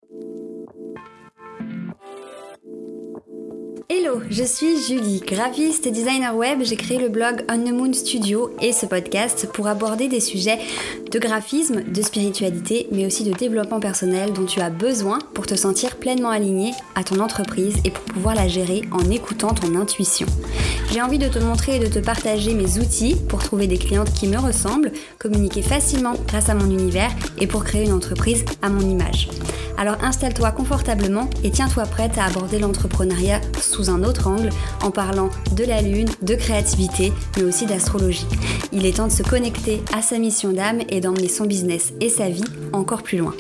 Hello, je suis Julie, graphiste et designer web. J'ai créé le blog On the Moon Studio et ce podcast pour aborder des sujets de graphisme, de spiritualité, mais aussi de développement personnel dont tu as besoin pour te sentir pleinement aligné à ton entreprise et pour pouvoir la gérer en écoutant ton intuition. J'ai envie de te montrer et de te partager mes outils pour trouver des clientes qui me ressemblent, communiquer facilement grâce à mon univers et pour créer une entreprise à mon image. Alors installe-toi confortablement et tiens-toi prête à aborder l'entrepreneuriat sous un autre angle en parlant de la lune, de créativité, mais aussi d'astrologie. Il est temps de se connecter à sa mission d'âme et d'emmener son business et sa vie encore plus loin.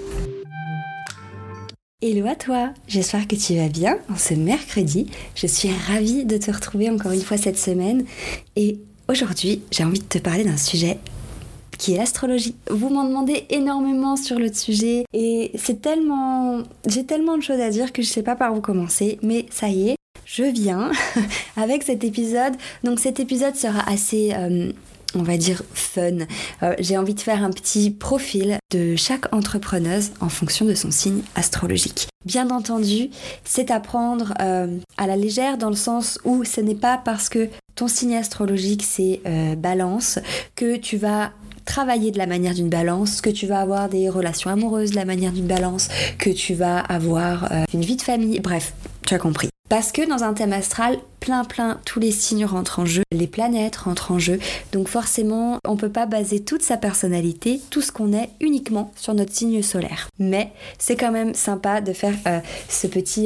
Hello à toi, j'espère que tu vas bien en ce mercredi. Je suis ravie de te retrouver encore une fois cette semaine et aujourd'hui j'ai envie de te parler d'un sujet qui est l'astrologie. Vous m'en demandez énormément sur le sujet et j'ai tellement de choses à dire que je sais pas par où commencer, mais ça y est, je viens avec cet épisode. Donc cet épisode sera assez, on va dire, fun. J'ai envie de faire un petit profil de chaque entrepreneuse en fonction de son signe astrologique. Bien entendu, c'est à prendre à la légère dans le sens où ce n'est pas parce que ton signe astrologique c'est Balance que tu vas travailler de la manière d'une balance, que tu vas avoir des relations amoureuses de la manière d'une balance, que tu vas avoir une vie de famille, bref, tu as compris. Parce que dans un thème astral, tous les signes rentrent en jeu, les planètes rentrent en jeu, donc forcément, on peut pas baser toute sa personnalité, tout ce qu'on est, uniquement sur notre signe solaire. Mais c'est quand même sympa de faire ce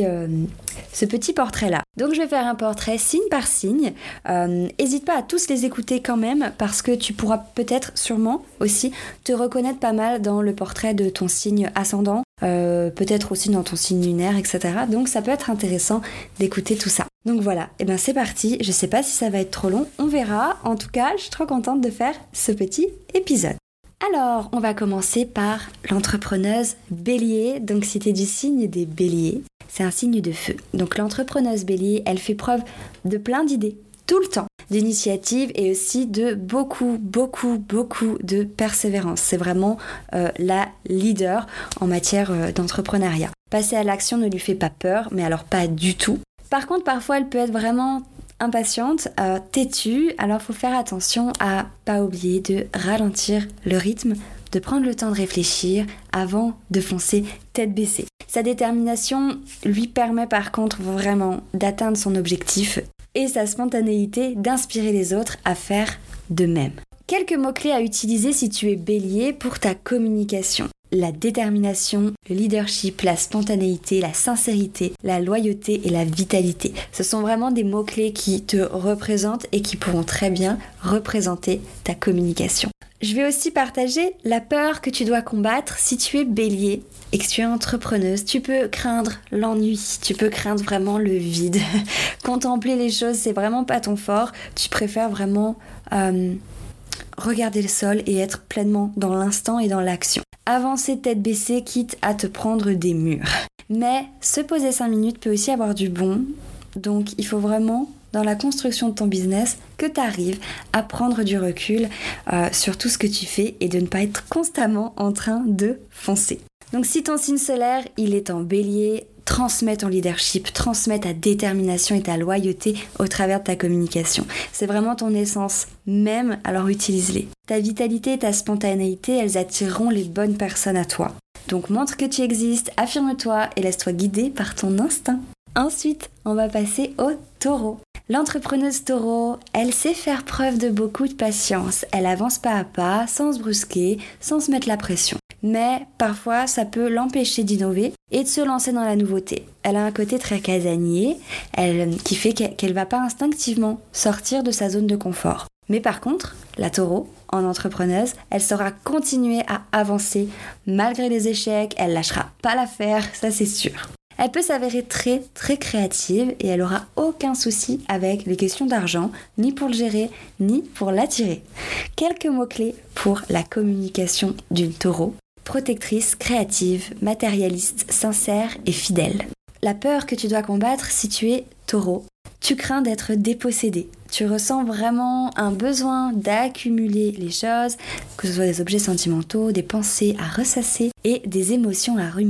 petit portrait-là. Donc je vais faire un portrait signe par signe. Hésite pas à tous les écouter quand même, parce que tu pourras peut-être, sûrement aussi, te reconnaître pas mal dans le portrait de ton signe ascendant, peut-être aussi dans ton signe lunaire, etc. Donc ça peut être intéressant d'écouter tout ça. Donc voilà, et ben c'est parti. Je sais pas si ça va être trop long, on verra. En tout cas, je suis trop contente de faire ce petit épisode. Alors, on va commencer par l'entrepreneuse Bélier. Donc si t'es du signe des Béliers, c'est un signe de feu. Donc l'entrepreneuse Bélier, elle fait preuve de plein d'idées, tout le temps, d'initiative et aussi de beaucoup de persévérance. C'est vraiment la leader en matière d'entrepreneuriat. Passer à l'action ne lui fait pas peur, mais alors pas du tout. Par contre, parfois, elle peut être vraiment impatiente, têtue, alors faut faire attention à pas oublier de ralentir le rythme, de prendre le temps de réfléchir avant de foncer tête baissée. Sa détermination lui permet par contre vraiment d'atteindre son objectif et sa spontanéité d'inspirer les autres à faire de même. Quelques mots-clés à utiliser si tu es Bélier pour ta communication. La détermination, le leadership, la spontanéité, la sincérité, la loyauté et la vitalité. Ce sont vraiment des mots-clés qui te représentent et qui pourront très bien représenter ta communication. Je vais aussi partager la peur que tu dois combattre si tu es Bélier et que tu es entrepreneuse. Tu peux craindre l'ennui, tu peux craindre vraiment le vide. Contempler les choses, c'est vraiment pas ton fort. Tu préfères vraiment regarder le sol et être pleinement dans l'instant et dans l'action. Avancer tête baissée, quitte à te prendre des murs. Mais se poser 5 minutes peut aussi avoir du bon. Donc il faut vraiment, dans la construction de ton business, que tu arrives à prendre du recul sur tout ce que tu fais et de ne pas être constamment en train de foncer. Donc si ton signe solaire, il est en Bélier, transmets ton leadership, transmets ta détermination et ta loyauté au travers de ta communication. C'est vraiment ton essence même, alors utilise-les. Ta vitalité et ta spontanéité, elles attireront les bonnes personnes à toi. Donc montre que tu existes, affirme-toi et laisse-toi guider par ton instinct. Ensuite, on va passer au Taureau. L'entrepreneuse Taureau, elle sait faire preuve de beaucoup de patience. Elle avance pas à pas, sans se brusquer, sans se mettre la pression. Mais parfois, ça peut l'empêcher d'innover et de se lancer dans la nouveauté. Elle a un côté très casanier, qui fait qu'elle va pas instinctivement sortir de sa zone de confort. Mais par contre, la Taureau, en entrepreneuse, elle saura continuer à avancer malgré les échecs, elle lâchera pas l'affaire, ça c'est sûr. Elle peut s'avérer très créative et elle aura aucun souci avec les questions d'argent, ni pour le gérer, ni pour l'attirer. Quelques mots-clés pour la communication d'une Taureau. Protectrice, créative, matérialiste, sincère et fidèle. La peur que tu dois combattre si tu es Taureau. Tu crains d'être dépossédé. Tu ressens vraiment un besoin d'accumuler les choses, que ce soit des objets sentimentaux, des pensées à ressasser et des émotions à ruminer.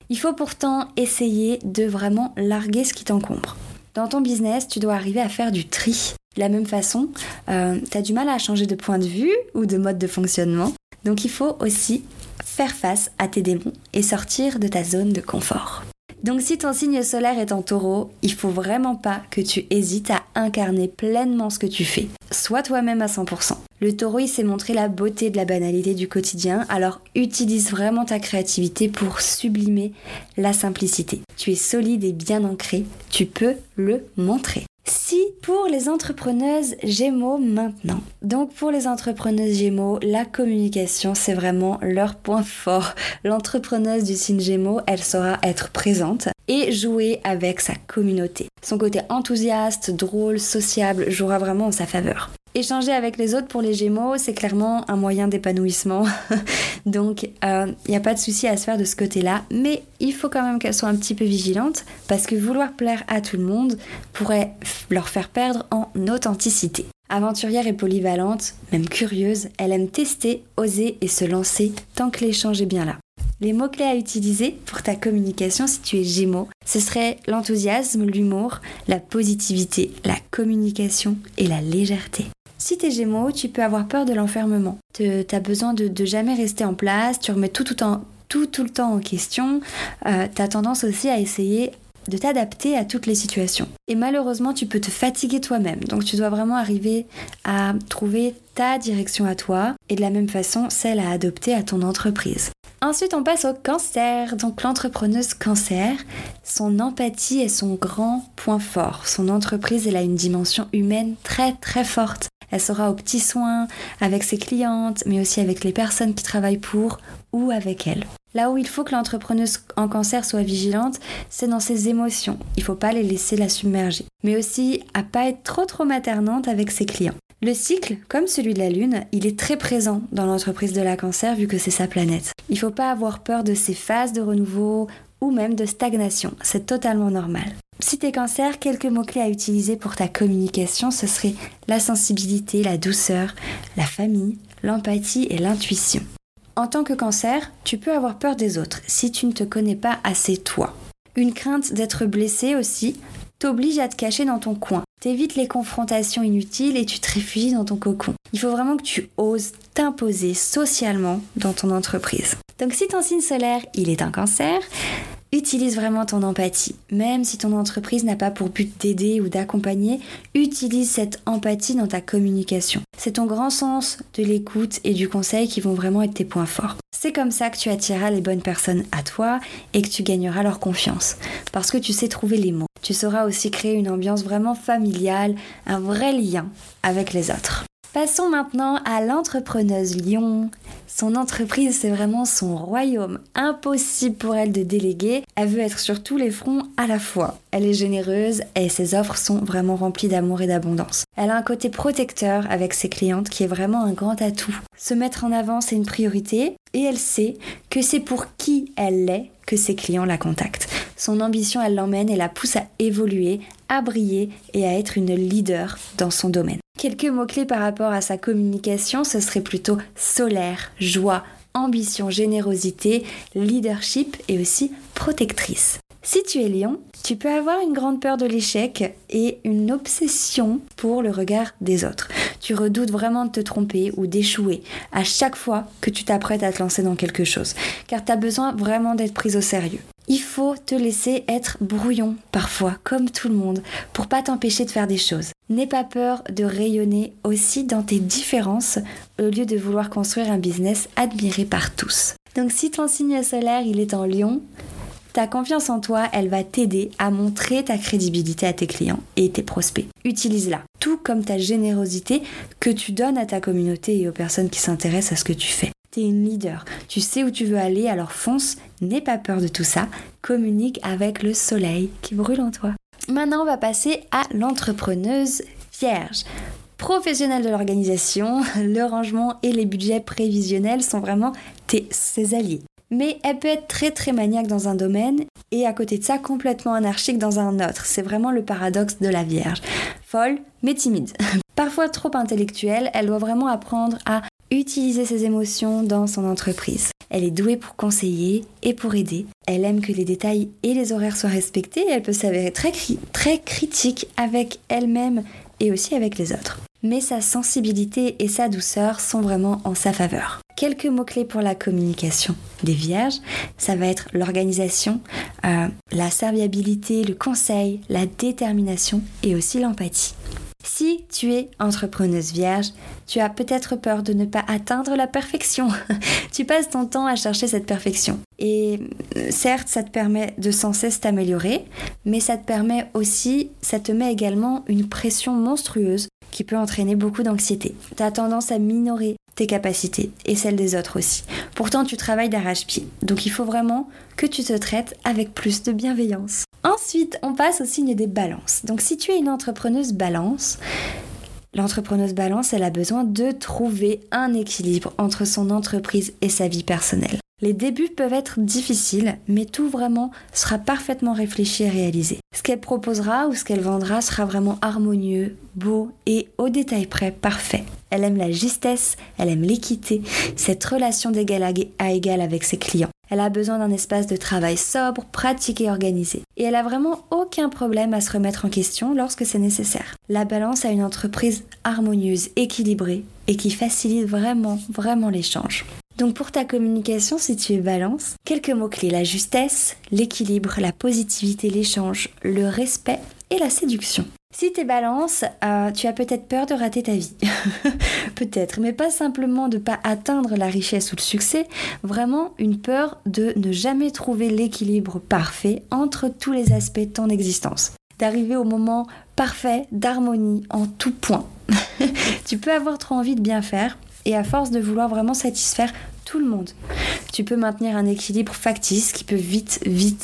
Il faut pourtant essayer de vraiment larguer ce qui t'encombre. Dans ton business, tu dois arriver à faire du tri. De la même façon, tu as du mal à changer de point de vue ou de mode de fonctionnement. Donc il faut aussi faire face à tes démons et sortir de ta zone de confort. Donc si ton signe solaire est en taureau, il faut vraiment pas que tu hésites à incarner pleinement ce que tu fais. Sois toi-même à 100%. Le taureau, il sait montrer la beauté de la banalité du quotidien, alors utilise vraiment ta créativité pour sublimer la simplicité. Tu es solide et bien ancré, tu peux le montrer. Si pour les entrepreneuses Gémeaux maintenant. Donc pour les entrepreneuses Gémeaux, la communication c'est vraiment leur point fort. L'entrepreneuse du signe Gémeaux, elle saura être présente et jouer avec sa communauté. Son côté enthousiaste, drôle, sociable jouera vraiment en sa faveur. Échanger avec les autres pour les Gémeaux, c'est clairement un moyen d'épanouissement. Donc, il n'y a pas de souci à se faire de ce côté-là. Mais il faut quand même qu'elles soient un petit peu vigilantes parce que vouloir plaire à tout le monde pourrait leur faire perdre en authenticité. Aventurière et polyvalente, même curieuse, elle aime tester, oser et se lancer tant que l'échange est bien là. Les mots-clés à utiliser pour ta communication si tu es Gémeaux, ce serait l'enthousiasme, l'humour, la positivité, la communication et la légèreté. Si t'es Gémeaux, tu peux avoir peur de l'enfermement. T'as besoin de jamais rester en place, tu remets tout le temps en question. T'as tendance aussi à essayer de t'adapter à toutes les situations. Et malheureusement, tu peux te fatiguer toi-même. Donc tu dois vraiment arriver à trouver ta direction à toi et de la même façon, celle à adopter à ton entreprise. Ensuite, on passe au cancer. Donc l'entrepreneuse cancer, son empathie est son grand point fort. Son entreprise, elle a une dimension humaine très très forte. Elle sera aux petits soins avec ses clientes, mais aussi avec les personnes qui travaillent pour ou avec elle. Là où il faut que l'entrepreneuse en cancer soit vigilante, c'est dans ses émotions. Il ne faut pas les laisser la submerger. Mais aussi à pas être trop maternante avec ses clients. Le cycle, comme celui de la Lune, il est très présent dans l'entreprise de la Cancer vu que c'est sa planète. Il ne faut pas avoir peur de ces phases de renouveau ou même de stagnation. C'est totalement normal. Si t'es Cancer, quelques mots-clés à utiliser pour ta communication, ce serait la sensibilité, la douceur, la famille, l'empathie et l'intuition. En tant que Cancer, tu peux avoir peur des autres si tu ne te connais pas assez toi. Une crainte d'être blessé aussi t'oblige à te cacher dans ton coin. T'évites les confrontations inutiles et tu te réfugies dans ton cocon. Il faut vraiment que tu oses t'imposer socialement dans ton entreprise. Donc si ton signe solaire, il est un Cancer, utilise vraiment ton empathie. Même si ton entreprise n'a pas pour but d'aider ou d'accompagner, utilise cette empathie dans ta communication. C'est ton grand sens de l'écoute et du conseil qui vont vraiment être tes points forts. C'est comme ça que tu attireras les bonnes personnes à toi et que tu gagneras leur confiance. Parce que tu sais trouver les mots. Tu sauras aussi créer une ambiance vraiment familiale, un vrai lien avec les autres. Passons maintenant à l'entrepreneuse Lion. Son entreprise, c'est vraiment son royaume. Impossible pour elle de déléguer. Elle veut être sur tous les fronts à la fois. Elle est généreuse et ses offres sont vraiment remplies d'amour et d'abondance. Elle a un côté protecteur avec ses clientes qui est vraiment un grand atout. Se mettre en avant, c'est une priorité et elle sait que c'est pour qui elle est que ses clients la contactent. Son ambition, elle l'emmène et la pousse à évoluer, à briller et à être une leader dans son domaine. Quelques mots-clés par rapport à sa communication, ce serait plutôt solaire, joie, ambition, générosité, leadership et aussi protectrice. Si tu es Lion, tu peux avoir une grande peur de l'échec et une obsession pour le regard des autres. Tu redoutes vraiment de te tromper ou d'échouer à chaque fois que tu t'apprêtes à te lancer dans quelque chose, car tu as besoin vraiment d'être prise au sérieux. Il faut te laisser être brouillon parfois, comme tout le monde, pour pas t'empêcher de faire des choses. N'aie pas peur de rayonner aussi dans tes différences au lieu de vouloir construire un business admiré par tous. Donc si ton signe solaire il est en Lion, ta confiance en toi, elle va t'aider à montrer ta crédibilité à tes clients et tes prospects. Utilise-la, tout comme ta générosité que tu donnes à ta communauté et aux personnes qui s'intéressent à ce que tu fais. T'es une leader, tu sais où tu veux aller, alors fonce, n'aie pas peur de tout ça, communique avec le soleil qui brûle en toi. Maintenant, on va passer à l'entrepreneuse Vierge. Professionnelle de l'organisation, le rangement et les budgets prévisionnels sont vraiment ses alliés. Mais elle peut être très très maniaque dans un domaine et à côté de ça complètement anarchique dans un autre. C'est vraiment le paradoxe de la Vierge. Folle mais timide. Parfois trop intellectuelle, elle doit vraiment apprendre à utiliser ses émotions dans son entreprise. Elle est douée pour conseiller et pour aider. Elle aime que les détails et les horaires soient respectés et elle peut s'avérer très critique avec elle-même et aussi avec les autres. Mais sa sensibilité et sa douceur sont vraiment en sa faveur. Quelques mots-clés pour la communication des Vierges, ça va être l'organisation, la serviabilité, le conseil, la détermination et aussi l'empathie. Si tu es entrepreneuse vierge, tu as peut-être peur de ne pas atteindre la perfection. Tu passes ton temps à chercher cette perfection. Et certes, ça te permet de sans cesse t'améliorer, mais ça te met également une pression monstrueuse qui peut entraîner beaucoup d'anxiété. Tu as tendance à minorer tes capacités et celles des autres aussi. Pourtant, tu travailles d'arrache-pied. Donc il faut vraiment que tu te traites avec plus de bienveillance. Ensuite, on passe au signe des balances. Donc si tu es une entrepreneuse balance, l'entrepreneuse balance, elle a besoin de trouver un équilibre entre son entreprise et sa vie personnelle. Les débuts peuvent être difficiles, mais tout vraiment sera parfaitement réfléchi et réalisé. Ce qu'elle proposera ou ce qu'elle vendra sera vraiment harmonieux, beau et au détail près parfait. Elle aime la justesse, elle aime l'équité, cette relation d'égal à égal avec ses clients. Elle a besoin d'un espace de travail sobre, pratique et organisé. Et elle a vraiment aucun problème à se remettre en question lorsque c'est nécessaire. La balance a une entreprise harmonieuse, équilibrée et qui facilite vraiment l'échange. Donc pour ta communication, si tu es balance, quelques mots-clés: la justesse, l'équilibre, la positivité, l'échange, le respect et la séduction. Si t'es balance, tu as peut-être peur de rater ta vie. Peut-être, mais pas simplement de ne pas atteindre la richesse ou le succès, vraiment une peur de ne jamais trouver l'équilibre parfait entre tous les aspects de ton existence. D'arriver au moment parfait d'harmonie en tout point. Tu peux avoir trop envie de bien faire et à force de vouloir vraiment satisfaire tout le monde, tu peux maintenir un équilibre factice qui peut vite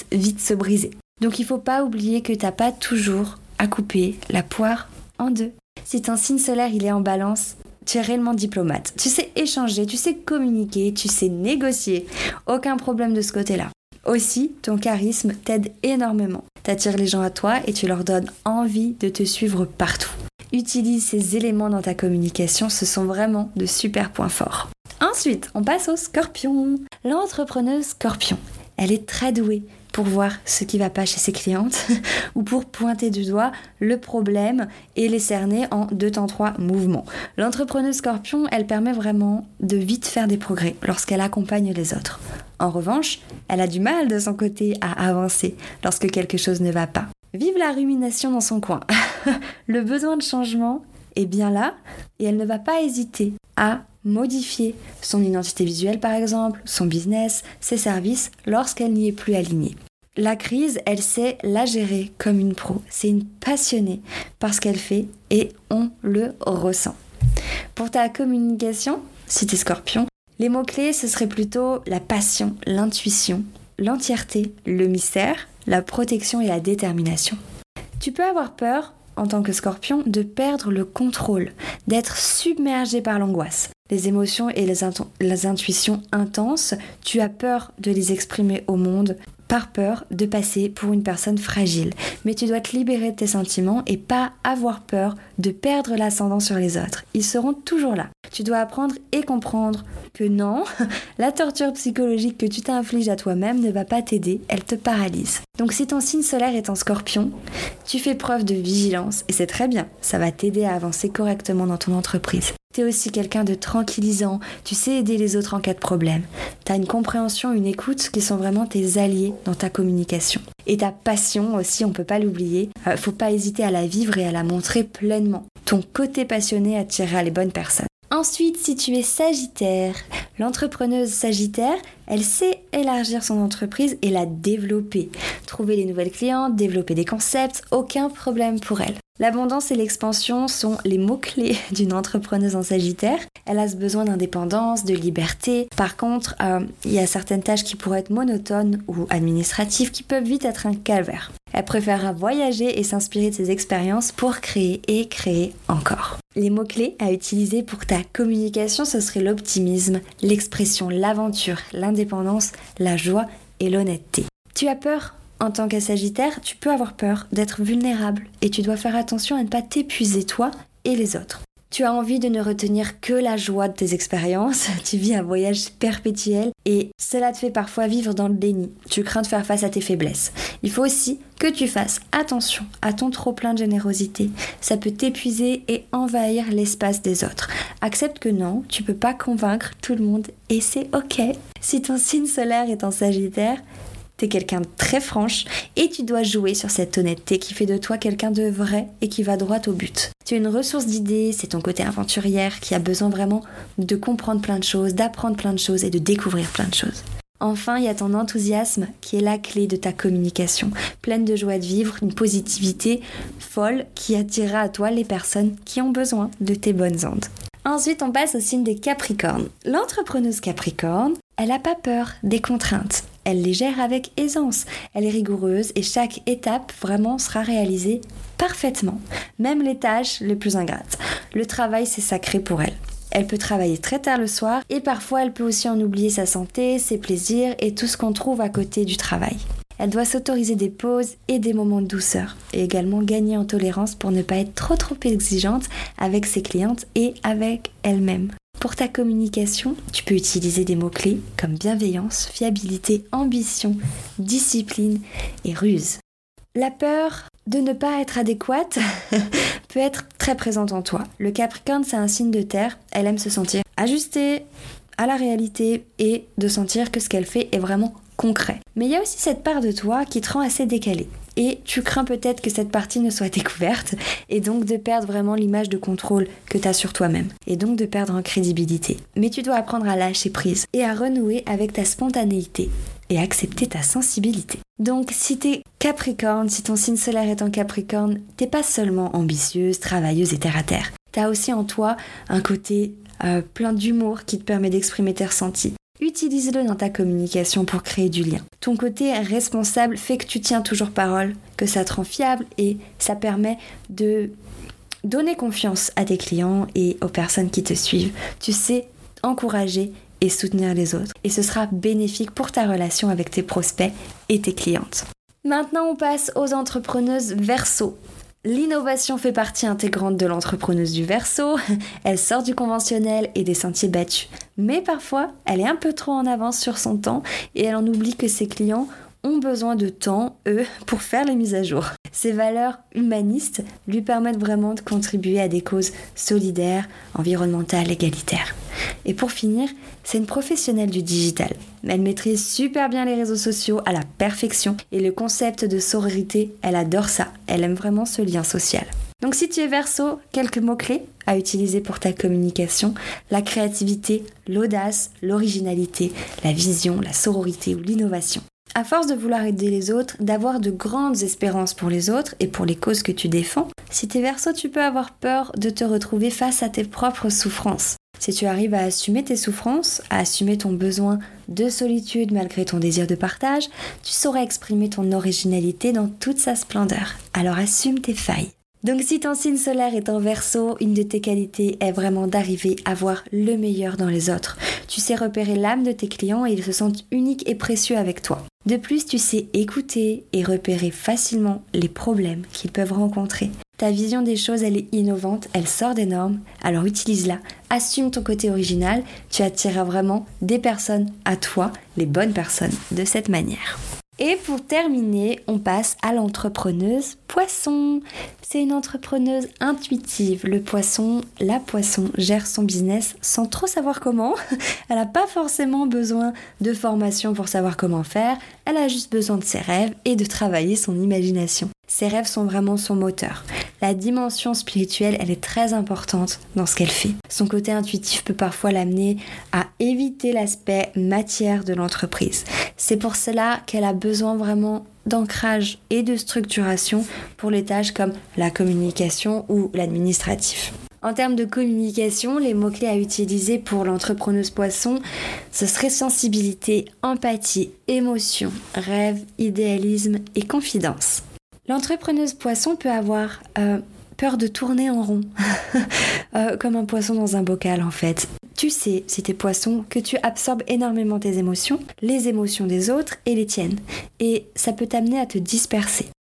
se briser. Donc il faut pas oublier que t'as pas toujours à couper la poire en deux. Si ton signe solaire il est en balance, tu es réellement diplomate. Tu sais échanger, tu sais communiquer, tu sais négocier. Aucun problème de ce côté-là. Aussi, ton charisme t'aide énormément. T'attires les gens à toi et tu leur donnes envie de te suivre partout. Utilise ces éléments dans ta communication, ce sont vraiment de super points forts. Ensuite, on passe au Scorpion. L'entrepreneuse Scorpion, elle est très douée pour voir ce qui va pas chez ses clientes ou pour pointer du doigt le problème et les cerner en 2 temps 3 mouvements. L'entrepreneuse Scorpion, elle permet vraiment de vite faire des progrès lorsqu'elle accompagne les autres. En revanche, elle a du mal de son côté à avancer lorsque quelque chose ne va pas. Vive la rumination dans son coin. Le besoin de changement est bien là et elle ne va pas hésiter à modifier son identité visuelle par exemple, son business, ses services lorsqu'elle n'y est plus alignée. La crise, elle sait la gérer comme une pro. C'est une passionnée par ce qu'elle fait et on le ressent. Pour ta communication, si t'es Scorpion, les mots-clés, ce serait plutôt la passion, l'intuition, l'entièreté, le mystère, la protection et la détermination. Tu peux avoir peur, en tant que Scorpion, de perdre le contrôle, d'être submergé par l'angoisse. Les émotions et les intuitions intenses, tu as peur de les exprimer au monde par peur de passer pour une personne fragile. Mais tu dois te libérer de tes sentiments et pas avoir peur de perdre l'ascendant sur les autres. Ils seront toujours là. Tu dois apprendre et comprendre que non, la torture psychologique que tu t'infliges à toi-même ne va pas t'aider, elle te paralyse. Donc si ton signe solaire est en Scorpion, tu fais preuve de vigilance et c'est très bien, ça va t'aider à avancer correctement dans ton entreprise. T'es aussi quelqu'un de tranquillisant, tu sais aider les autres en cas de problème. T'as une compréhension, une écoute qui sont vraiment tes alliés dans ta communication. Et ta passion aussi, on peut pas l'oublier, faut pas hésiter à la vivre et à la montrer pleinement. Ton côté passionné attirera les bonnes personnes. Ensuite, si tu es Sagittaire, l'entrepreneuse Sagittaire, elle sait élargir son entreprise et la développer. Trouver les nouvelles clientes, développer des concepts, aucun problème pour elle. L'abondance et l'expansion sont les mots-clés d'une entrepreneuse en Sagittaire. Elle a ce besoin d'indépendance, de liberté. Par contre, il y a certaines tâches qui pourraient être monotones ou administratives qui peuvent vite être un calvaire. Elle préférera voyager et s'inspirer de ses expériences pour créer et créer encore. Les mots-clés à utiliser pour ta communication, ce serait l'optimisme, l'expression, l'aventure, l'indépendance, la joie et l'honnêteté. Tu as peur ? En tant que Sagittaire, tu peux avoir peur d'être vulnérable et tu dois faire attention à ne pas t'épuiser toi et les autres. Tu as envie de ne retenir que la joie de tes expériences, tu vis un voyage perpétuel et cela te fait parfois vivre dans le déni. Tu crains de faire face à tes faiblesses. Il faut aussi que tu fasses attention à ton trop-plein de générosité. Ça peut t'épuiser et envahir l'espace des autres. Accepte que non, tu peux pas convaincre tout le monde et c'est ok. Si ton signe solaire est en Sagittaire, t'es quelqu'un de très franche et tu dois jouer sur cette honnêteté qui fait de toi quelqu'un de vrai et qui va droit au but. Tu es une ressource d'idées, c'est ton côté aventurière qui a besoin vraiment de comprendre plein de choses, d'apprendre plein de choses et de découvrir plein de choses. Enfin, il y a ton enthousiasme qui est la clé de ta communication, pleine de joie de vivre, une positivité folle qui attirera à toi les personnes qui ont besoin de tes bonnes ondes. Ensuite, on passe au signe des Capricornes. L'entrepreneuse Capricorne, elle n'a pas peur des contraintes. Elle les gère avec aisance. Elle est rigoureuse et chaque étape vraiment sera réalisée parfaitement. Même les tâches les plus ingrates. Le travail, c'est sacré pour elle. Elle peut travailler très tard le soir et parfois elle peut aussi en oublier sa santé, ses plaisirs et tout ce qu'on trouve à côté du travail. Elle doit s'autoriser des pauses et des moments de douceur et également gagner en tolérance pour ne pas être trop exigeante avec ses clientes et avec elle-même. Pour ta communication, tu peux utiliser des mots-clés comme bienveillance, fiabilité, ambition, discipline et ruse. La peur de ne pas être adéquate peut être très présente en toi. Le Capricorne, c'est un signe de terre. Elle aime se sentir ajustée à la réalité et de sentir que ce qu'elle fait est vraiment concret. Mais il y a aussi cette part de toi qui te rend assez décalée. Et tu crains peut-être que cette partie ne soit découverte et donc de perdre vraiment l'image de contrôle que tu as sur toi-même et donc de perdre en crédibilité. Mais tu dois apprendre à lâcher prise et à renouer avec ta spontanéité et accepter ta sensibilité. Donc si t'es Capricorne, si ton signe solaire est en Capricorne, t'es pas seulement ambitieuse, travailleuse et terre à terre. T'as aussi en toi un côté plein d'humour qui te permet d'exprimer tes ressentis. Utilise-le dans ta communication pour créer du lien. Ton côté responsable fait que tu tiens toujours parole, que ça te rend fiable et ça permet de donner confiance à tes clients et aux personnes qui te suivent. Tu sais encourager et soutenir les autres. Et ce sera bénéfique pour ta relation avec tes prospects et tes clientes. Maintenant, on passe aux entrepreneuses Verseau. L'innovation fait partie intégrante de l'entrepreneuse du Verseau. Elle sort du conventionnel et des sentiers battus. Mais parfois, elle est un peu trop en avance sur son temps et elle en oublie que ses clients ont besoin de temps, eux, pour faire les mises à jour. Ses valeurs humanistes lui permettent vraiment de contribuer à des causes solidaires, environnementales, égalitaires. Et pour finir, c'est une professionnelle du digital. Elle maîtrise super bien les réseaux sociaux à la perfection et le concept de sororité, elle adore ça. Elle aime vraiment ce lien social. Donc si tu es Verseau, quelques mots-clés à utiliser pour ta communication: la créativité, l'audace, l'originalité, la vision, la sororité ou l'innovation. À force de vouloir aider les autres, d'avoir de grandes espérances pour les autres et pour les causes que tu défends, si t'es Verseau, tu peux avoir peur de te retrouver face à tes propres souffrances. Si tu arrives à assumer tes souffrances, à assumer ton besoin de solitude malgré ton désir de partage, tu sauras exprimer ton originalité dans toute sa splendeur. Alors assume tes failles. Donc si ton signe solaire est en Verseau, une de tes qualités est vraiment d'arriver à voir le meilleur dans les autres. Tu sais repérer l'âme de tes clients et ils se sentent uniques et précieux avec toi. De plus, tu sais écouter et repérer facilement les problèmes qu'ils peuvent rencontrer. Ta vision des choses, elle est innovante, elle sort des normes, alors utilise-la. Assume ton côté original, tu attireras vraiment des personnes à toi, les bonnes personnes, de cette manière. Et pour terminer, on passe à l'entrepreneuse Poisson. C'est une entrepreneuse intuitive. La poisson gère son business sans trop savoir comment. Elle n'a pas forcément besoin de formation pour savoir comment faire. Elle a juste besoin de ses rêves et de travailler son imagination. Ses rêves sont vraiment son moteur. La dimension spirituelle, elle est très importante dans ce qu'elle fait. Son côté intuitif peut parfois l'amener à éviter l'aspect matière de l'entreprise. C'est pour cela qu'elle a besoin vraiment d'ancrage et de structuration pour les tâches comme la communication ou l'administratif. En termes de communication, les mots-clés à utiliser pour l'entrepreneuse Poisson, ce serait sensibilité, empathie, émotion, rêve, idéalisme et confidence. L'entrepreneuse Poisson peut avoir peur de tourner en rond, comme un poisson dans un bocal en fait. Tu sais, si t'es Poisson, que tu absorbes énormément tes émotions, les émotions des autres et les tiennes. Et ça peut t'amener à te disperser.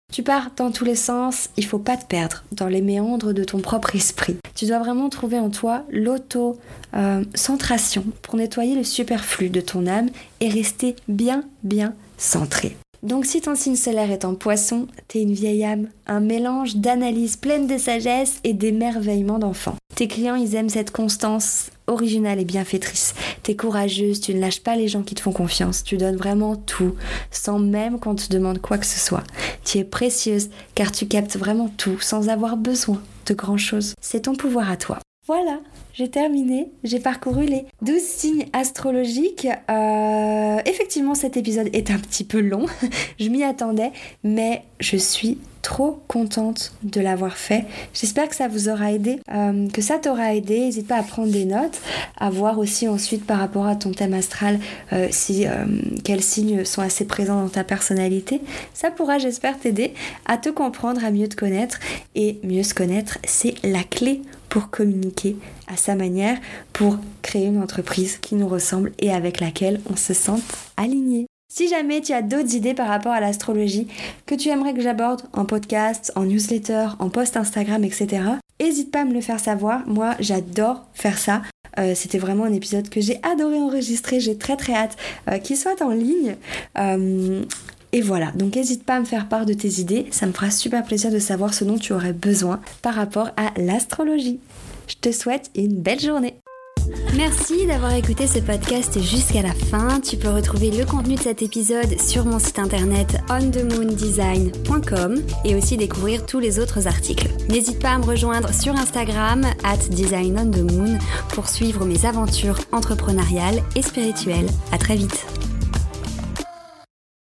Tu pars dans tous les sens, il faut pas te perdre dans les méandres de ton propre esprit. Tu dois vraiment trouver en toi l'auto-centration pour nettoyer le superflu de ton âme et rester bien centré. Donc si ton signe solaire est en Poisson, t'es une vieille âme, un mélange d'analyse pleine de sagesse et d'émerveillement d'enfant. Tes clients, ils aiment cette constance originale et bienfaitrice. T'es courageuse, tu ne lâches pas les gens qui te font confiance, tu donnes vraiment tout, sans même qu'on te demande quoi que ce soit. Tu es précieuse, car tu captes vraiment tout, sans avoir besoin de grand-chose. C'est ton pouvoir à toi. Voilà, j'ai terminé, j'ai parcouru les 12 signes astrologiques. Effectivement, cet épisode est un petit peu long, je m'y attendais, mais je suis trop contente de l'avoir fait. J'espère que ça vous aura aidé, que ça t'aura aidé. N'hésite pas à prendre des notes, à voir aussi ensuite par rapport à ton thème astral quels signes sont assez présents dans ta personnalité. Ça pourra, j'espère, t'aider à te comprendre, à mieux te connaître. Et mieux se connaître, c'est la clé pour communiquer à sa manière, pour créer une entreprise qui nous ressemble et avec laquelle on se sente aligné. Si jamais tu as d'autres idées par rapport à l'astrologie que tu aimerais que j'aborde en podcast, en newsletter, en post Instagram, etc., n'hésite pas à me le faire savoir. Moi, j'adore faire ça. C'était vraiment un épisode que j'ai adoré enregistrer. J'ai très hâte qu'il soit en ligne. Et voilà, donc n'hésite pas à me faire part de tes idées. Ça me fera super plaisir de savoir ce dont tu aurais besoin par rapport à l'astrologie. Je te souhaite une belle journée. Merci d'avoir écouté ce podcast jusqu'à la fin. Tu peux retrouver le contenu de cet épisode sur mon site internet onthemoondesign.com et aussi découvrir tous les autres articles. N'hésite pas à me rejoindre sur Instagram @designonthemoon pour suivre mes aventures entrepreneuriales et spirituelles. À très vite.